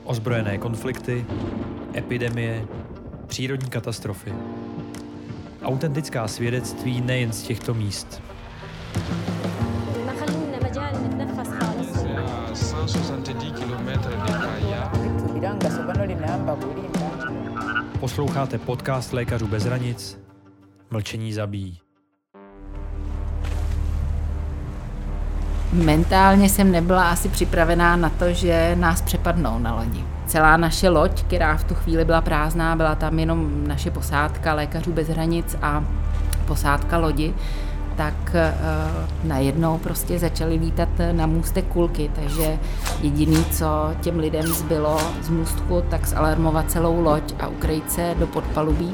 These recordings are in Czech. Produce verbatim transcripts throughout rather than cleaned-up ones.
Ozbrojené konflikty, epidemie, přírodní katastrofy. Autentická svědectví nejen z těchto míst. Posloucháte podcast Lékařů bez hranic. Mlčení zabíjí. Mentálně jsem nebyla asi připravená na to, že nás přepadnou na lodi. Celá naše loď, která v tu chvíli byla prázdná, byla tam jenom naše posádka Lékařů bez hranic a posádka lodi, tak uh, najednou prostě začaly lítat na můstek kulky, takže jediný, co těm lidem zbylo z můstku, tak zalarmovat celou loď a ukrýt se do podpalubí.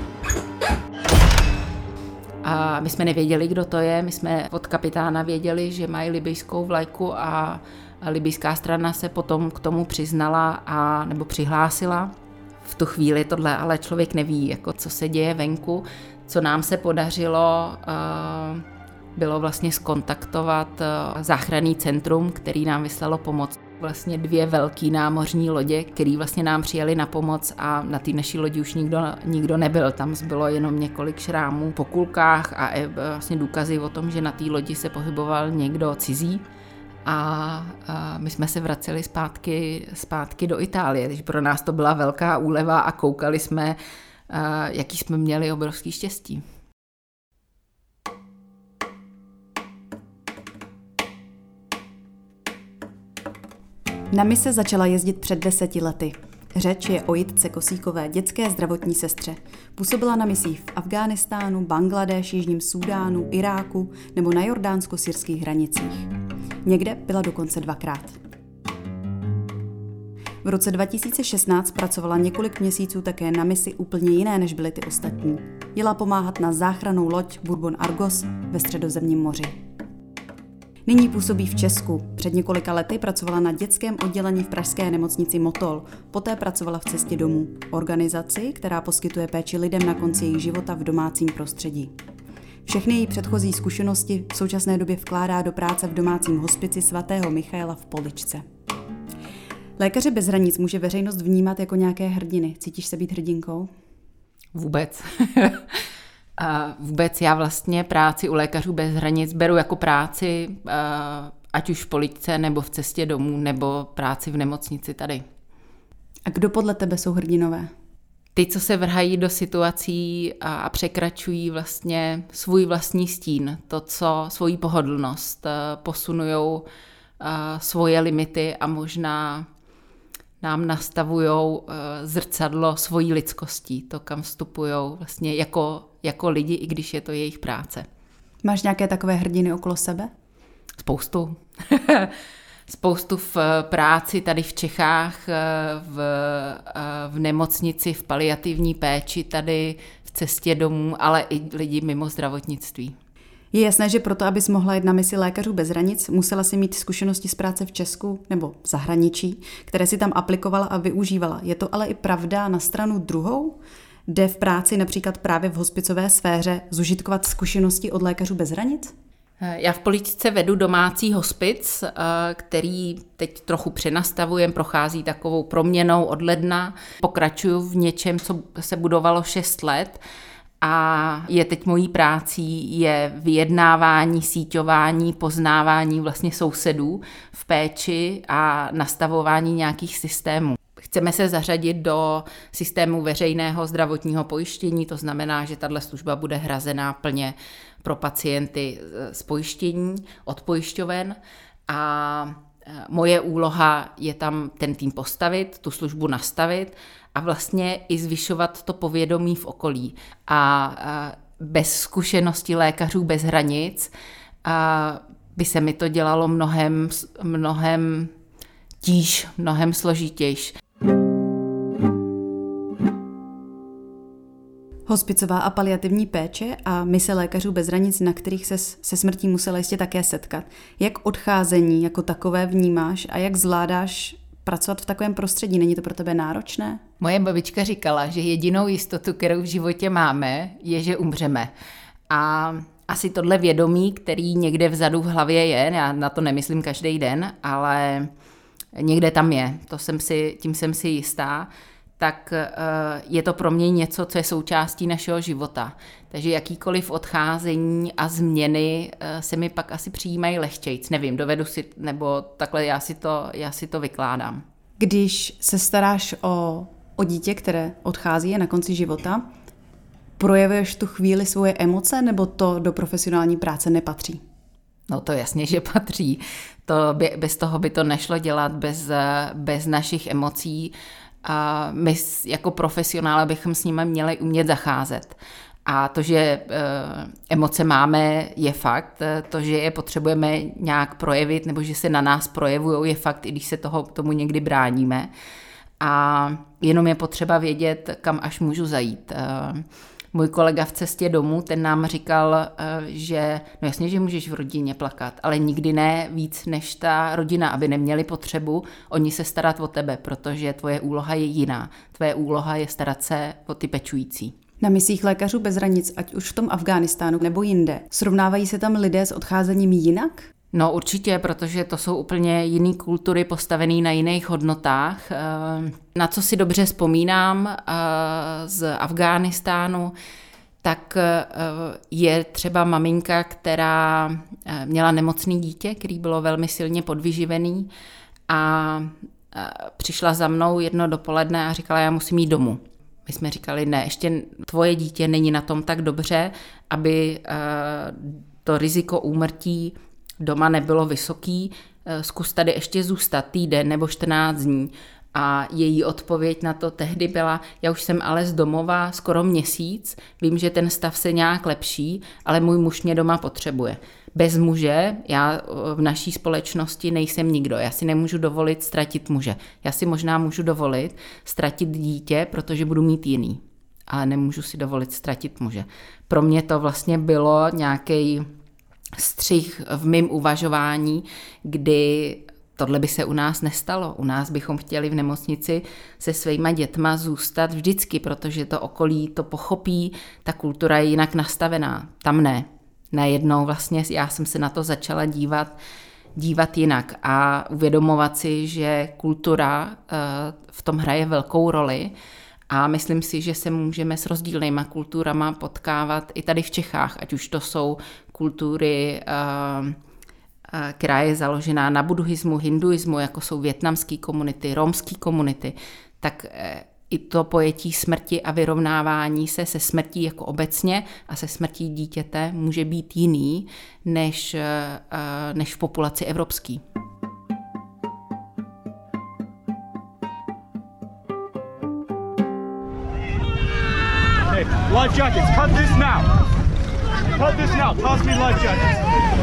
A my jsme nevěděli, kdo to je, my jsme od kapitána věděli, že mají libyjskou vlajku a libyjská strana se potom k tomu přiznala a nebo přihlásila. V tu chvíli tohle ale člověk neví, jako co se děje venku. Co nám se podařilo, bylo vlastně zkontaktovat záchranný centrum, který nám vyslalo pomoc. Vlastně dvě velké námořní lodě, které vlastně nám přijeli na pomoc a na té naší lodi už nikdo, nikdo nebyl. Tam zbylo jenom několik šrámů po kulkách a vlastně důkazy o tom, že na té lodi se pohyboval někdo cizí. A, a my jsme se vraceli zpátky, zpátky do Itálie, takže pro nás to byla velká úleva a koukali jsme, a, jaký jsme měli obrovský štěstí. Na mise začala jezdit před deseti lety. Řeč je o Jitce Kosíkové, dětské zdravotní sestře. Působila na misích v Afghánistánu, Bangladéši, Jižním Súdánu, Iráku nebo na jordánsko-syrských hranicích. Někde byla dokonce dvakrát. V roce dva tisíce šestnáct pracovala několik měsíců také na misi úplně jiné, než byly ty ostatní. Jela pomáhat na záchrannou loď Bourbon Argos ve Středozemním moři. Nyní působí v Česku. Před několika lety pracovala na dětském oddělení v pražské nemocnici Motol. Poté pracovala v Cestě domů, organizaci, která poskytuje péči lidem na konci jejich života v domácím prostředí. Všechny její předchozí zkušenosti v současné době vkládá do práce v domácím hospici svatého Michaela v Poličce. Lékaře bez hranic může veřejnost vnímat jako nějaké hrdiny. Cítíš se být hrdinkou? Vůbec. A vůbec já vlastně práci u Lékařů bez hranic beru jako práci, ať už v Poličce, nebo v Cestě domů, nebo práci v nemocnici tady. A kdo podle tebe jsou hrdinové? Ty, co se vrhají do situací a překračují vlastně svůj vlastní stín, to, co svoji pohodlnost, posunujou svoje limity a možná nám nastavujou zrcadlo svojí lidskostí, to, kam vstupujou vlastně jako, jako lidi, i když je to jejich práce. Máš nějaké takové hrdiny okolo sebe? Spoustu. Spoustu v práci tady v Čechách, v, v nemocnici, v paliativní péči, tady v Cestě domů, ale i lidi mimo zdravotnictví. Je jasné, že proto, abys mohla jít na misi Lékařů bez hranic, musela si mít zkušenosti z práce v Česku nebo v zahraničí, které si tam aplikovala a využívala. Je to ale i pravda na stranu druhou? Jde v práci například právě v hospicové sféře zužitkovat zkušenosti od Lékařů bez hranic? Já v Poličce vedu domácí hospic, který teď trochu přenastavujem, prochází takovou proměnou od ledna. Pokračuju v něčem, co se budovalo šest let. A je teď mojí prácí je vyjednávání, síťování, poznávání vlastně sousedů v péči a nastavování nějakých systémů. Chceme se zařadit do systému veřejného zdravotního pojištění, to znamená, že tato služba bude hrazená plně pro pacienty z pojištění, od pojišťoven a moje úloha je tam ten tým postavit, tu službu nastavit a vlastně i zvyšovat to povědomí v okolí. A bez zkušenosti Lékařů bez hranic by se mi to dělalo mnohem, mnohem tíž, mnohem složitější. Hospicová a paliativní péče a mise Lékařů bez hranic, na kterých se se smrtí musela jistě také setkat. Jak odcházení jako takové vnímáš a jak zvládáš pracovat v takovém prostředí? Není to pro tebe náročné? Moje babička říkala, že jedinou jistotu, kterou v životě máme, je, že umřeme. A asi tohle vědomí, který někde vzadu v hlavě je, já na to nemyslím každý den, ale někde tam je, to jsem si, tím jsem si jistá, tak je to pro mě něco, co je součástí našeho života. Takže jakýkoliv odcházení a změny se mi pak asi přijímají lehčejc. Nevím, dovedu si, nebo takhle já si to, já si to vykládám. Když se staráš o, o dítě, které odchází, je na konci života, projevuješ tu chvíli svoje emoce, nebo to do profesionální práce nepatří? No to jasně, že patří. To by, bez toho by to nešlo dělat, bez, bez našich emocí. A my jako profesionále bychom s nimi měli umět zacházet. A to, že e, emoce máme, je fakt. To, že je potřebujeme nějak projevit, nebo že se na nás projevují, je fakt, i když se toho, tomu někdy bráníme. A jenom je potřeba vědět, kam až můžu zajít. E, Můj kolega v cestě domů, ten nám říkal, že no jasně, že můžeš v rodině plakat, ale nikdy ne víc než ta rodina, aby neměli potřebu oni se starat o tebe, protože tvoje úloha je jiná. Tvoje úloha je starat se o ty pečující. Na misích Lékařů bez hranic, ať už v tom Afghánistánu nebo jinde, srovnávají se tam lidé s odcházením jinak? No určitě, protože to jsou úplně jiné kultury postavené na jiných hodnotách. Na co si dobře vzpomínám z Afghánistánu, tak je třeba maminka, která měla nemocné dítě, který bylo velmi silně podvyživený a přišla za mnou jedno dopoledne a říkala, já musím jít domů. My jsme říkali, ne, ještě tvoje dítě není na tom tak dobře, aby to riziko úmrtí doma nebylo vysoký, zkus tady ještě zůstat týden nebo čtrnáct dní. A její odpověď na to tehdy byla, já už jsem ale z domova skoro měsíc, vím, že ten stav se nějak lepší, ale můj muž mě doma potřebuje. Bez muže, já v naší společnosti nejsem nikdo, já si nemůžu dovolit ztratit muže. Já si možná můžu dovolit ztratit dítě, protože budu mít jiný, ale nemůžu si dovolit ztratit muže. Pro mě to vlastně bylo nějaký střih v mém uvažování, kdy tohle by se u nás nestalo. U nás bychom chtěli v nemocnici se svýma dětma zůstat vždycky, protože to okolí to pochopí, ta kultura je jinak nastavená. Tam ne. Najednou vlastně já jsem se na to začala dívat, dívat jinak a uvědomovat si, že kultura v tom hraje velkou roli. A myslím si, že se můžeme s rozdílnýma kulturama potkávat i tady v Čechách, ať už to jsou kultury, která je založená na buddhismu, hinduismu, jako jsou vietnamské komunity, romské komunity, tak i to pojetí smrti a vyrovnávání se se smrtí jako obecně a se smrtí dítěte může být jiný než, než v populaci evropské. Life jackets, cut this now. Cut this now. Pass me life jackets.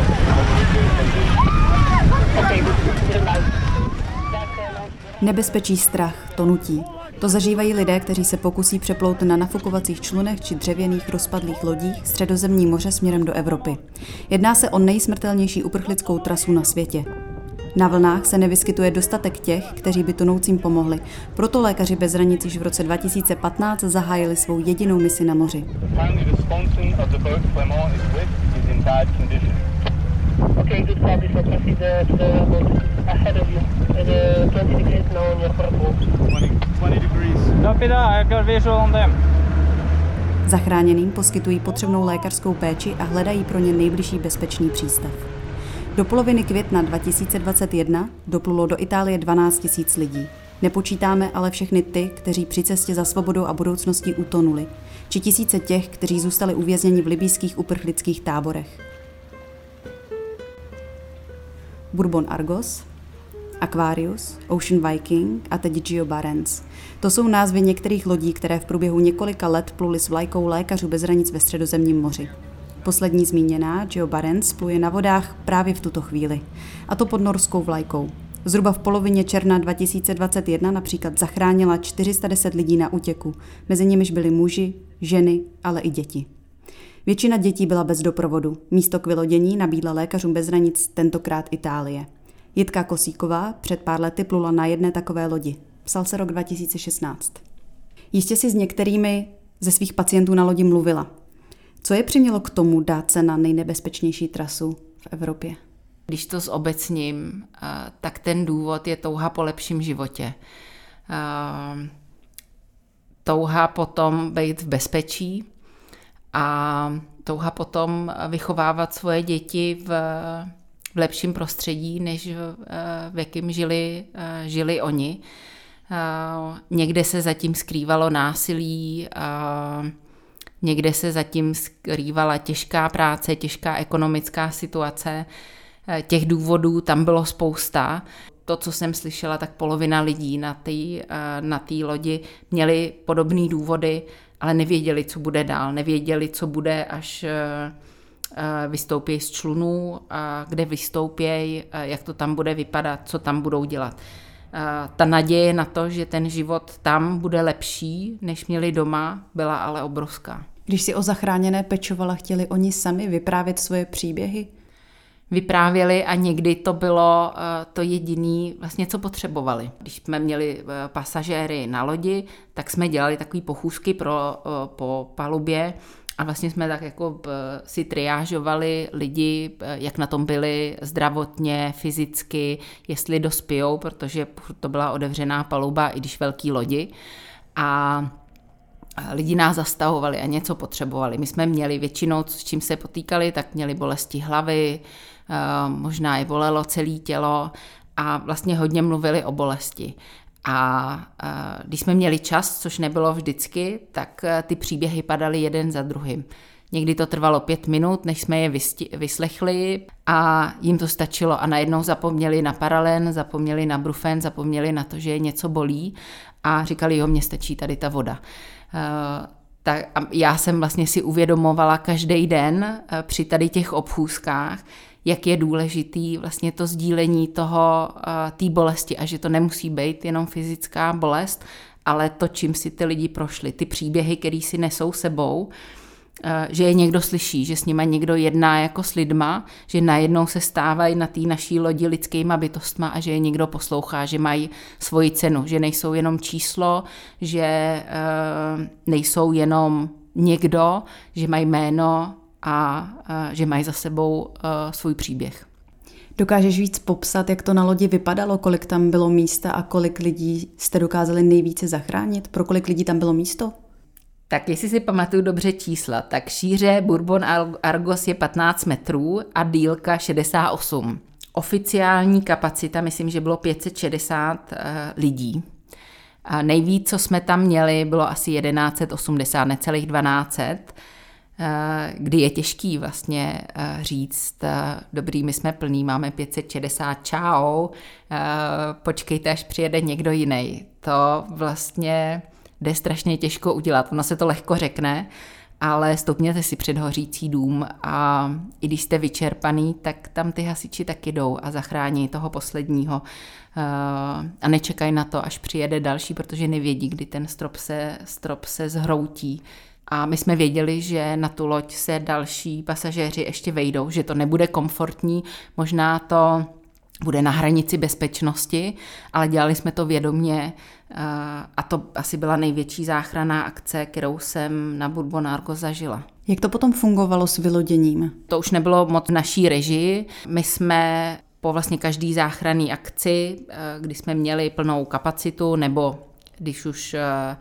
Nebezpečí, strach, tonutí. To zažívají lidé, kteří se pokusí přeplout na nafukovacích člunech či dřevěných rozpadlých lodích Středozemní moře směrem do Evropy. Jedná se o nejsmrtelnější uprchlickou trasu na světě. Na vlnách se nevyskytuje dostatek těch, kteří by tonoucím pomohli. Proto Lékaři bez hranic již v roce dva tisíce patnáct zahájili svou jedinou misi na moři. Zachráněným poskytují potřebnou lékařskou péči a hledají pro ně nejbližší bezpečný přístav. Do poloviny května dva tisíce dvacet jedna doplulo do Itálie dvanáct tisíc lidí. Nepočítáme ale všechny ty, kteří při cestě za svobodou a budoucností utonuli, či tisíce těch, kteří zůstali uvězněni v libyjských uprchlických táborech. Bourbon Argos, Aquarius, Ocean Viking a teď Geo Barents. To jsou názvy některých lodí, které v průběhu několika let pluly s vlajkou Lékařů bez hranic ve Středozemním moři. Poslední zmíněná, Geo Barents, pluje na vodách právě v tuto chvíli, a to pod norskou vlajkou. Zhruba v polovině června dva tisíce dvacet jedna například zachránila čtyři sta deset lidí na útěku, mezi nimiž byli muži, ženy, ale i děti. Většina dětí byla bez doprovodu. Místo k vylodění nabídla Lékařům bez hranic tentokrát Itálie. Jitka Kosíková před pár lety plula na jedné takové lodi. Psal se rok dva tisíce šestnáct. Jistě si s některými ze svých pacientů na lodi mluvila. Co je přimělo k tomu dát se na nejnebezpečnější trasu v Evropě? Když to zobecním, tak ten důvod je touha po lepším životě. Touha potom být v bezpečí a touha potom vychovávat svoje děti v, v lepším prostředí, než v, v jakém žili, žili oni. Někde se zatím skrývalo násilí, někde se zatím skrývala těžká práce, těžká ekonomická situace. Těch důvodů tam bylo spousta. To, co jsem slyšela, tak polovina lidí na té na té lodi měli podobné důvody, ale nevěděli, co bude dál. Nevěděli, co bude, až vystoupí z člunů, kde vystoupějí, jak to tam bude vypadat, co tam budou dělat. Ta naděje na to, že ten život tam bude lepší, než měli doma, byla ale obrovská. Když si o zachráněné pečovala, chtěli oni sami vyprávět svoje příběhy? Vyprávěli a někdy to bylo to jediné, vlastně, co potřebovali. Když jsme měli pasažéry na lodi, tak jsme dělali takové pochůzky pro, po palubě a vlastně jsme tak jako si triážovali lidi, jak na tom byli zdravotně, fyzicky, jestli dospějou, protože to byla otevřená paluba, i když velký lodi. A lidi nás zastavovali a něco potřebovali. My jsme měli většinou, s čím se potýkali, tak měli bolesti hlavy, možná i bolelo celé tělo a vlastně hodně mluvili o bolesti. A když jsme měli čas, což nebylo vždycky, tak ty příběhy padaly jeden za druhým. Někdy to trvalo pět minut, než jsme je vyslechli a jim to stačilo a najednou zapomněli na paralen, zapomněli na brufen, zapomněli na to, že je něco bolí a říkali, jo, mně stačí tady ta voda. Tak já jsem vlastně si uvědomovala každý den při tady těch obchůzkách, jak je důležitý vlastně to sdílení toho, té bolesti a že to nemusí být jenom fyzická bolest, ale to, čím si ty lidi prošli, ty příběhy, který si nesou sebou, že je někdo slyší, že s nima někdo jedná jako s lidma, že najednou se stávají na té naší lodi lidskýma bytostma a že je někdo poslouchá, že mají svoji cenu, že nejsou jenom číslo, že nejsou jenom někdo, že mají jméno a že mají za sebou svůj příběh. Dokážeš víc popsat, jak to na lodi vypadalo, kolik tam bylo místa a kolik lidí jste dokázali nejvíce zachránit? Pro kolik lidí tam bylo místo? Tak jestli si pamatuju dobře čísla, tak šíře Bourbon Argos je patnáct metrů a délka šedesát osm. Oficiální kapacita, myslím, že bylo pět set šedesát uh, lidí. A nejvíc, co jsme tam měli, bylo asi tisíc sto osmdesát, necelých dvanáct set, uh, kdy je těžký vlastně uh, říct, uh, dobrý, my jsme plní, máme pět set šedesát, čau, uh, počkejte, až přijede někdo jiný. To vlastně jde strašně těžko udělat. Ono se to lehko řekne, ale stoupněte si před hořící dům a i když jste vyčerpaný, tak tam ty hasiči taky jdou a zachrání toho posledního a nečekají na to, až přijede další, protože nevědí, kdy ten strop se, strop se zhroutí. A my jsme věděli, že na tu loď se další pasažéři ještě vejdou, že to nebude komfortní, možná to bude na hranici bezpečnosti, ale dělali jsme to vědomě a to asi byla největší záchranná akce, kterou jsem na Bourbon Argos zažila. Jak to potom fungovalo s vyloděním? To už nebylo moc v naší režii. My jsme po vlastně každý záchranné akci, kdy jsme měli plnou kapacitu, nebo když už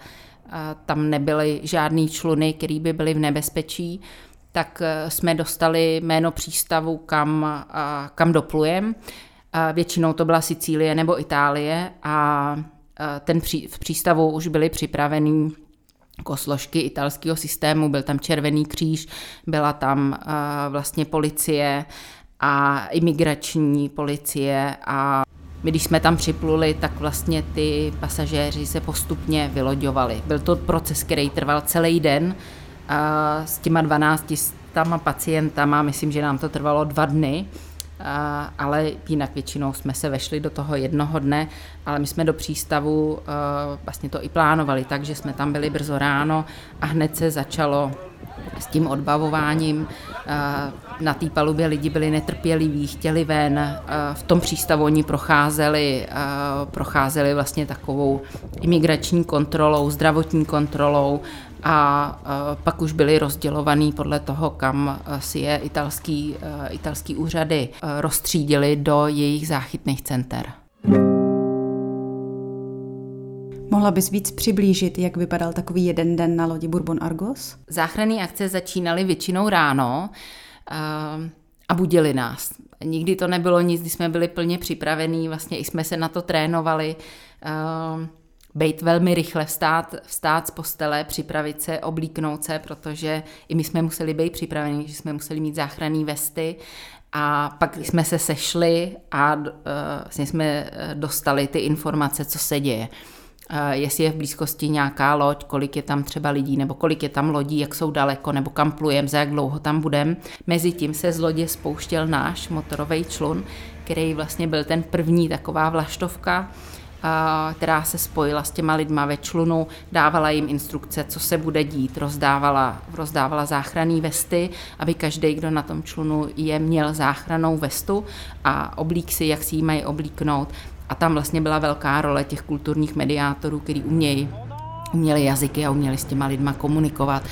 tam nebyly žádný čluny, které by byly v nebezpečí, tak jsme dostali jméno přístavu, kam, kam doplujeme. Většinou to byla Sicílie nebo Itálie a ten pří, v přístavu už byly připravený jako složky italského systému, byl tam Červený kříž, byla tam vlastně policie a imigrační policie a my, když jsme tam připluli, tak vlastně ty pasažéři se postupně vyloďovali. Byl to proces, který trval celý den a s těma dvanácti pacientama, myslím, že nám to trvalo dva dny, ale jinak většinou jsme se vešli do toho jednoho dne, ale my jsme do přístavu vlastně to i plánovali, takže jsme tam byli brzo ráno a hned se začalo s tím odbavováním Na té palubě lidi byli netrpěliví, chtěli ven. V tom přístavu oni procházeli, procházeli vlastně takovou imigrační kontrolou, zdravotní kontrolou a pak už byli rozdělovaní podle toho, kam si je italský, italský úřady rozstřídili do jejich záchytných center. Mohla bys víc přiblížit, jak vypadal takový jeden den na lodi Bourbon Argos? Záchranné akce začínaly většinou ráno a budili nás. Nikdy to nebylo nic, když jsme byli plně připravení, vlastně i jsme se na to trénovali. Bejt velmi rychle, vstát, vstát z postele, připravit se, oblíknout se, protože i my jsme museli být připraveni, že jsme museli mít záchranné vesty. A pak jsme se sešli a vlastně jsme dostali ty informace, co se děje. Jestli je v blízkosti nějaká loď, kolik je tam třeba lidí, nebo kolik je tam lodí, jak jsou daleko, nebo kam plujeme, za jak dlouho tam budeme. Mezitím se z lodě spouštěl náš motorový člun, který vlastně byl ten první taková vlaštovka, která se spojila s těma lidma ve člunu, dávala jim instrukce, co se bude dít, rozdávala, rozdávala záchranné vesty, aby každý, kdo na tom člunu je, měl záchrannou vestu a oblík si, jak si ji mají oblíknout. A tam vlastně byla velká role těch kulturních mediátorů, kteří umějí, uměli jazyky a uměli s těma lidma komunikovat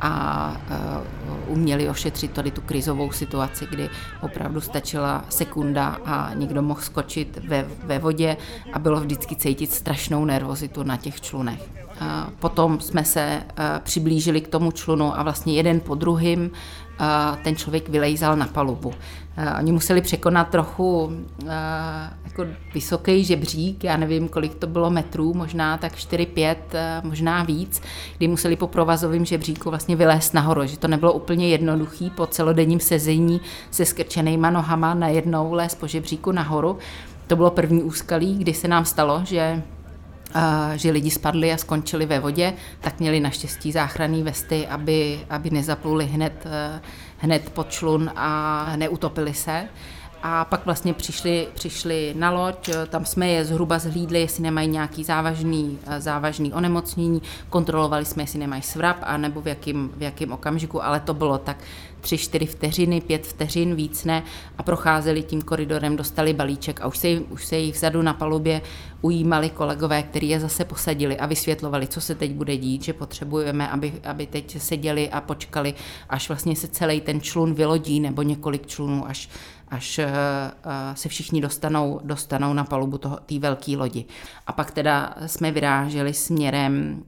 a uh, uměli ošetřit tady tu krizovou situaci, kdy opravdu stačila sekunda a někdo mohl skočit ve, ve vodě a bylo vždycky cítit strašnou nervozitu na těch člunech. Uh, potom jsme se uh, přiblížili k tomu člunu a vlastně jeden po druhým uh, ten člověk vylejzal na palubu. Uh, oni museli překonat trochu uh, jako vysoký žebřík, já nevím, kolik to bylo metrů, možná tak čtyři pět, možná víc, kdy museli po provazovém žebříku vlastně vylézt nahoru, že to nebylo úplně jednoduchý po celodenním sezení se skrčenýma nohama najednou lézt po žebříku nahoru. To bylo první úskalí, kdy se nám stalo, že Uh, že lidi spadli a skončili ve vodě, tak měli naštěstí záchranné vesty, aby, aby nezapluli hned, uh, hned pod člun a neutopili se. A pak vlastně přišli, přišli na loď, tam jsme je zhruba zhlídli, jestli nemají nějaký závažný, závažný onemocnění, kontrolovali jsme, jestli nemají svrap, anebo v jakým, v jakým okamžiku, ale to bylo tak tři, čtyři vteřiny, pět vteřin, víc ne, a procházeli tím koridorem, dostali balíček a už se, už se jich vzadu na palubě ujímali kolegové, kteří je zase posadili a vysvětlovali, co se teď bude dít, že potřebujeme, aby, aby teď seděli a počkali, až vlastně se celý ten člun vylodí, nebo několik člunů, až až se všichni dostanou, dostanou na palubu té velké lodi. A pak teda jsme vyráželi směrem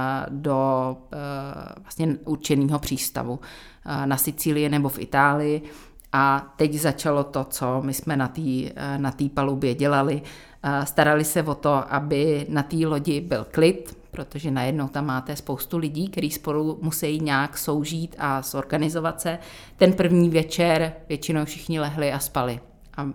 do vlastně určeného přístavu na Sicílii nebo v Itálii a teď začalo to, co my jsme na té na té palubě dělali. Starali se o to, aby na té lodi byl klid, protože najednou tam máte spoustu lidí, kteří spolu musí nějak soužít a zorganizovat se. Ten první večer většinou všichni lehli a spali. A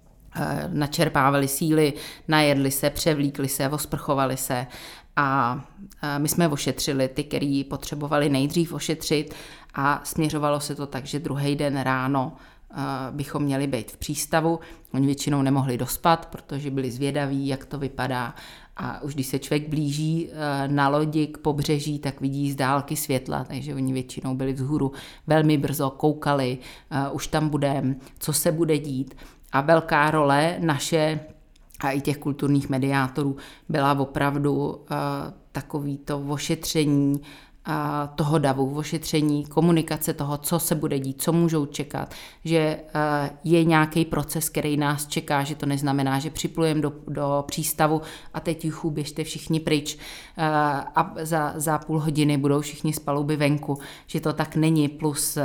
načerpávali síly, najedli se, převlíkli se, osprchovali se a my jsme ošetřili ty, který potřebovali nejdřív ošetřit a směřovalo se to tak, že druhý den ráno bychom měli být v přístavu. Oni většinou nemohli dospat, protože byli zvědaví, jak to vypadá. A už když se člověk blíží na lodi k pobřeží, tak vidí z dálky světla, takže oni většinou byli vzhůru velmi brzo, koukali, už tam budeme, co se bude dít. A velká role naše a i těch kulturních mediátorů byla opravdu takový to ošetření toho davu, ošetření, komunikace toho, co se bude dít, co můžou čekat, že je nějaký proces, který nás čeká, že to neznamená, že připlujeme do, do přístavu a teď juchu, běžte všichni pryč a za, za půl hodiny budou všichni z paluby venku, že to tak není, plus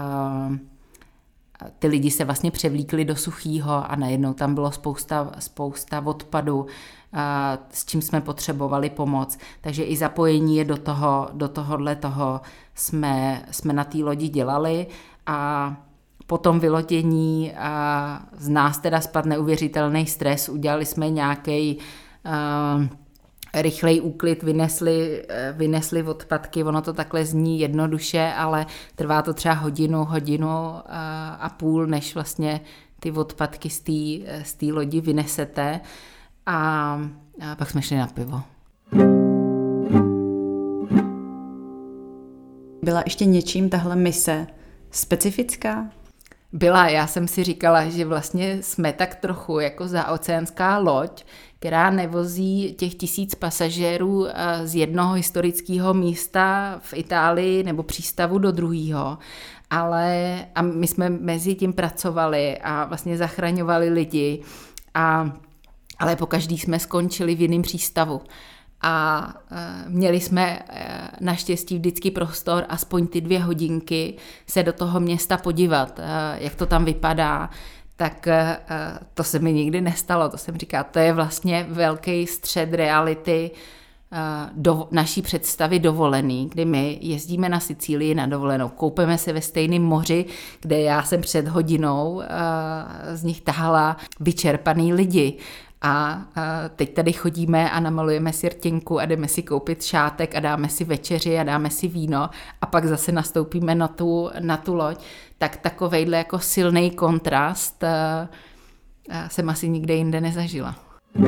ty lidi se vlastně převlíkli do suchýho a najednou tam bylo spousta, spousta odpadu, s čím jsme potřebovali pomoc. Takže i zapojení je do toho, do tohohle toho jsme, jsme na té lodi dělali a po tom vylodění z nás teda spadl neuvěřitelný stres. Udělali jsme nějaký rychlej úklid, vynesli, vynesli odpadky, ono to takhle zní jednoduše, ale trvá to třeba hodinu, hodinu a půl, než vlastně ty odpadky z té lodi vynesete a, a pak jsme šli na pivo. Byla ještě něčím tahle mise specifická? Byla, já jsem si říkala, že vlastně jsme tak trochu jako zaoceánská loď, která nevozí těch tisíc pasažérů z jednoho historického místa v Itálii nebo přístavu do druhého, ale a my jsme mezi tím pracovali a vlastně zachraňovali lidi, a, ale pokaždý jsme skončili v jiném přístavu. A měli jsme naštěstí vždycky prostor aspoň ty dvě hodinky se do toho města podívat, jak to tam vypadá. Tak to se mi nikdy nestalo, to jsem říkala, to je vlastně velký střed reality do naší představy dovolený, kdy my jezdíme na Sicílii na dovolenou, koupeme se ve stejném moři, kde já jsem před hodinou z nich tahala vyčerpaný lidi. A teď tady chodíme a namalujeme si rtěnku a jdeme si koupit šátek a dáme si večeři a dáme si víno a pak zase nastoupíme na tu, na tu loď. Tak takovejhle jako silný kontrast jsem asi nikde jinde nezažila.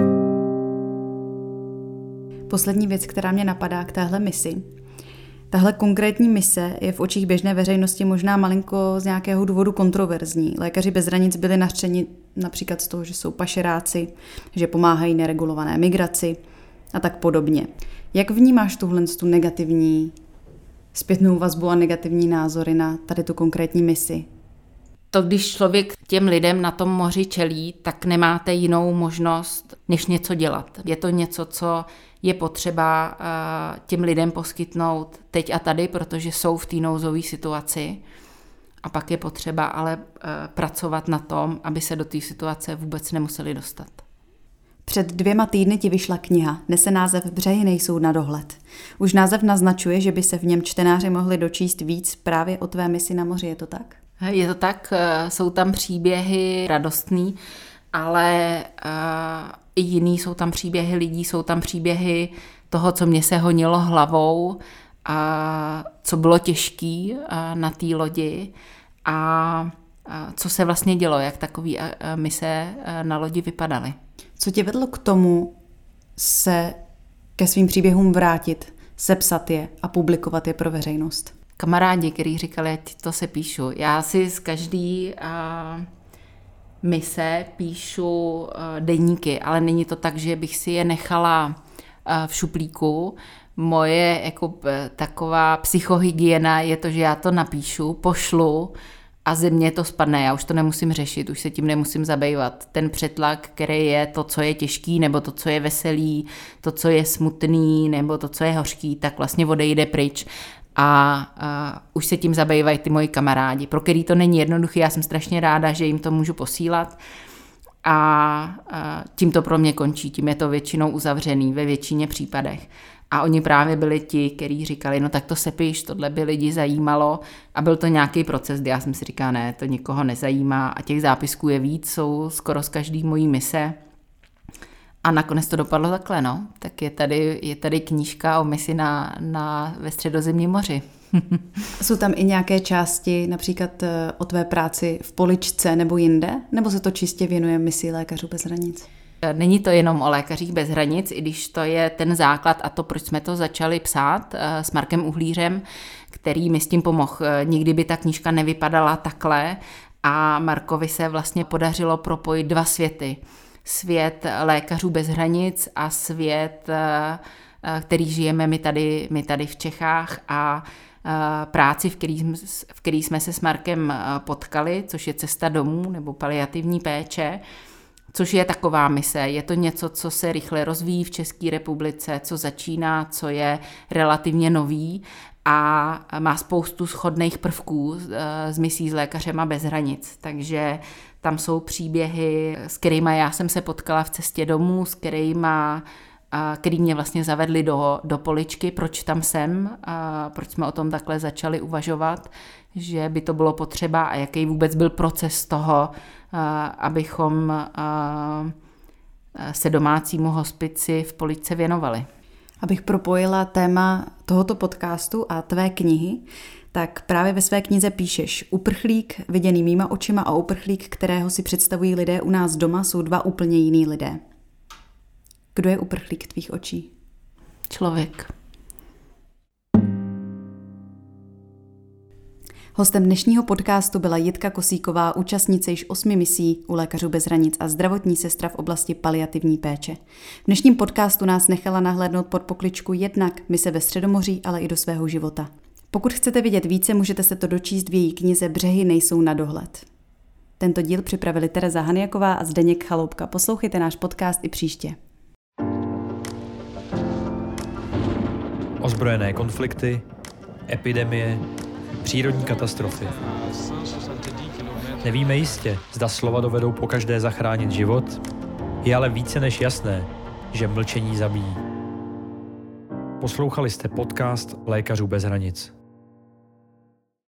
Poslední věc, která mě napadá k téhle misi. Tahle konkrétní mise je v očích běžné veřejnosti možná malinko z nějakého důvodu kontroverzní. Lékaři bez hranic byli nařčeni například z toho, že jsou pašeráci, že pomáhají neregulované migraci a tak podobně. Jak vnímáš tuhle tu negativní zpětnou vazbu a negativní názory na tady tu konkrétní misi? To, když člověk těm lidem na tom moři čelí, tak nemáte jinou možnost, než něco dělat. Je to něco, co je potřeba těm lidem poskytnout teď a tady, protože jsou v té nouzové situaci. A pak je potřeba ale pracovat na tom, aby se do té situace vůbec nemuseli dostat. Před dvěma týdny ti vyšla kniha, nese název Břehy nejsou na dohled. Už název naznačuje, že by se v něm čtenáři mohli dočíst víc právě o tvé misi na moři, je to tak? Je to tak, jsou tam příběhy radostný, ale i jiný, jsou tam příběhy lidí, jsou tam příběhy toho, co mě se honilo hlavou, a co bylo těžký na té lodi a co se vlastně dělo, jak takové mise na lodi vypadaly. Co tě vedlo k tomu se ke svým příběhům vrátit, sepsat je a publikovat je pro veřejnost? Kamarádi, kteří říkali, ať to se píšu. Já si z každý uh, mise píšu uh, deníky, ale není to tak, že bych si je nechala uh, v šuplíku. Moje jako taková psychohygiena je to, že já to napíšu, pošlu a ze mě to spadne. Já už to nemusím řešit, už se tím nemusím zabývat. Ten přetlak, který je to, co je těžký, nebo to, co je veselý, to, co je smutný, nebo to, co je hořký, tak vlastně odejde pryč. A, a už se tím zabývají ty moji kamarádi, pro který to není jednoduché. Já jsem strašně ráda, že jim to můžu posílat. A, a tím to pro mě končí, tím je to většinou uzavřený ve většině případech. A oni právě byli ti, kteří říkali, no tak to sepiš, tohle by lidi zajímalo. A byl to nějaký proces, kdy já jsem si říkala, ne, to nikoho nezajímá. A těch zápisků je víc, jsou skoro z každý mojí mise. A nakonec to dopadlo takhle, no. Tak je tady, je tady knížka o misi na, na, ve Středozemním moři. Jsou tam i nějaké části, například o tvé práci v Poličce nebo jinde? Nebo se to čistě věnuje misi Lékařů bez hranic? Není to jenom o Lékařích bez hranic, i když to je ten základ a to, proč jsme to začali psát s Markem Uhlířem, který mi s tím pomohl. Nikdy by ta knížka nevypadala takhle a Markovi se vlastně podařilo propojit dva světy. Svět Lékařů bez hranic a svět, který žijeme my tady, my tady v Čechách, a práci, v který, v který jsme se s Markem potkali, což je Cesta domů nebo paliativní péče, což je taková mise. Je to něco, co se rychle rozvíjí v České republice, co začíná, co je relativně nový a má spoustu shodných prvků z misí s Lékařema bez hranic. Takže tam jsou příběhy, s kterými já jsem se potkala v cestě domů, s kterými, který mě vlastně zavedli do, do Poličky, proč tam jsem, a proč jsme o tom takhle začali uvažovat, že by to bylo potřeba a jaký vůbec byl proces toho, abychom se domácímu hospici v Poličce věnovali. Abych propojila téma tohoto podcastu a tvé knihy, tak právě ve své knize píšeš: uprchlík viděný mýma očima a uprchlík, kterého si představují lidé u nás doma, jsou dva úplně jiný lidé. Kdo je uprchlík tvých očí? Člověk. Hostem dnešního podcastu byla Jitka Kosíková, účastnice již osmi misí u Lékařů bez hranic a zdravotní sestra v oblasti paliativní péče. V dnešním podcastu nás nechala nahlédnout pod pokličku jednak mise ve Středomoří, ale i do svého života. Pokud chcete vidět více, můžete se to dočíst v její knize Břehy nejsou na dohled. Tento díl připravili Tereza Haniaková a Zdeněk Chaloupka. Poslouchejte náš podcast i příště. Ozbrojené konflikty, epidemie, přírodní katastrofy. Nevíme jistě, zda slova dovedou pokaždé zachránit život, je ale více než jasné, že mlčení zabíjí. Poslouchali jste podcast Lékařů bez hranic.